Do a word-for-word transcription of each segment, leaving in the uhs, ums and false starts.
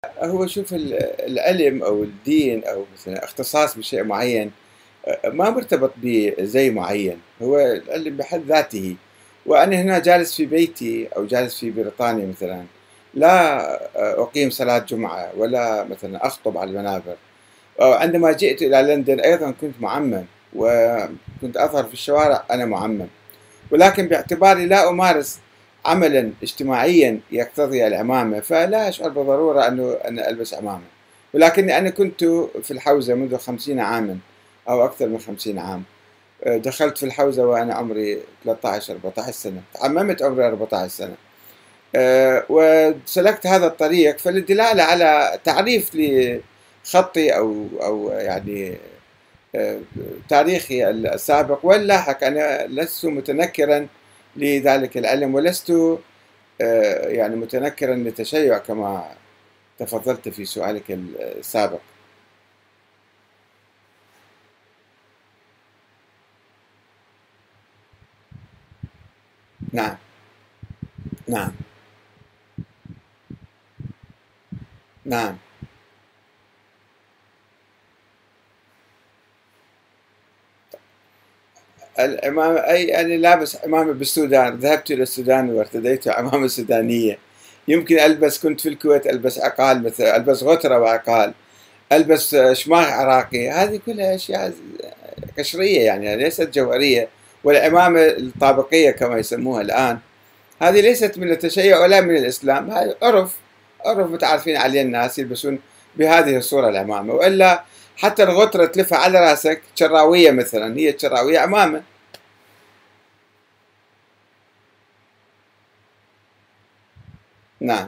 هو شوف ال- العلم أو الدين أو مثلا اختصاص بشيء معين، آه، ما مرتبط بزي معين. هو العلم بحد ذاته. وأنا هنا جالس في بيتي أو جالس في بريطانيا مثلا، لا آه، أقيم صلاة جمعة ولا مثلا أخطب على المنابر. آه، عندما جئت إلى لندن أيضا كنت معمم، وكنت أظهر في الشوارع أنا معمم، ولكن باعتباري لا أمارس عملا اجتماعيا يقتضي العمامة، فلا أشعر بالضرورة أنه أن ألبس عمامة. ولكني أنا كنت في الحوزة منذ خمسين عاما أو أكثر من خمسين عام. دخلت في الحوزة وأنا عمري ثلاثة عشر أربعة عشر سنة، تعممت عمري أربعة عشر سنة. أه، وسلكت هذا الطريق فللدلالة على تعريف لخطي أو أو يعني أه، تاريخي السابق واللاحق. أنا لست متنكرا لذلك العلم، ولست أه، يعني متنكرا للتشيع كما تفضلت في سؤالك السابق. نعم. نعم. نعم. العمامة أي أنا لابس عمامة بالسودان، ذهبت إلى السودان وارتديت عمامة سودانية. يمكن ألبس، كنت في الكويت ألبس عقال، مثل ألبس غترة وعقال، ألبس شماغ عراقي. هذه كلها أشياء قشرية يعني ليست جوهرية. والعمامة الطابقية كما يسموها الآن، هذه ليست من التشيع ولا من الإسلام، هذا عرف. عرف متعارفين عليه، الناس يلبسون بهذه الصورة العمامة. وإلا حتى الغترة تلفها على راسك، شراوية مثلا، هي الشراوية عمامة. نعم.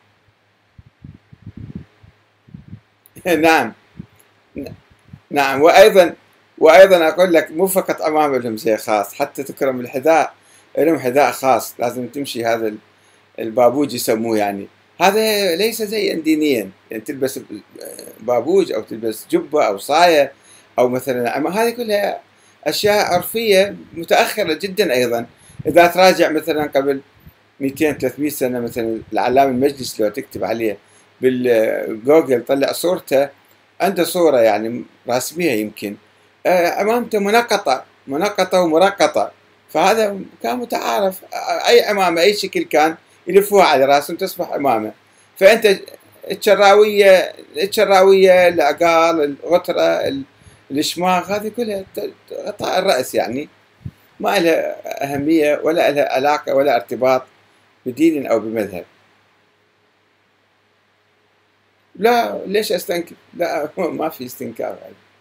نعم. نعم. وأيضا وأيضا أقول لك مو فقط عمامة لهم شيء خاص، حتى تكرم الحذاء لهم حذاء خاص، لازم تمشي هذا البابوج يسموه يعني. هذا ليس زيا دينيا، يعني تلبس بابوج أو تلبس جبة أو صاية أو مثلا عمامة. هذه كلها أشياء عرفية متأخرة جدا. أيضا إذا تراجع مثلا قبل مئتين ثلاثمئة سنة، مثلا العلامة المجلس لو تكتب عليه بالجوجل طلع صورته، عنده صورة يعني رسمية يمكن، آه، عمامته منقطة منقطة ومرقطة. فهذا كان متعارف، آه، أي عمامة أي شكل كان يلفوها على راسهم تصبح عمامة. فأنت الشراوية الشراوية العقال الغترة ال- الشماغ، هذه كلها غطاء الرأس يعني، ما لها أهمية ولا لها علاقة ولا ارتباط بدين أو بمذهب. لا، ليش أستنكر؟ لا ما في استنكار.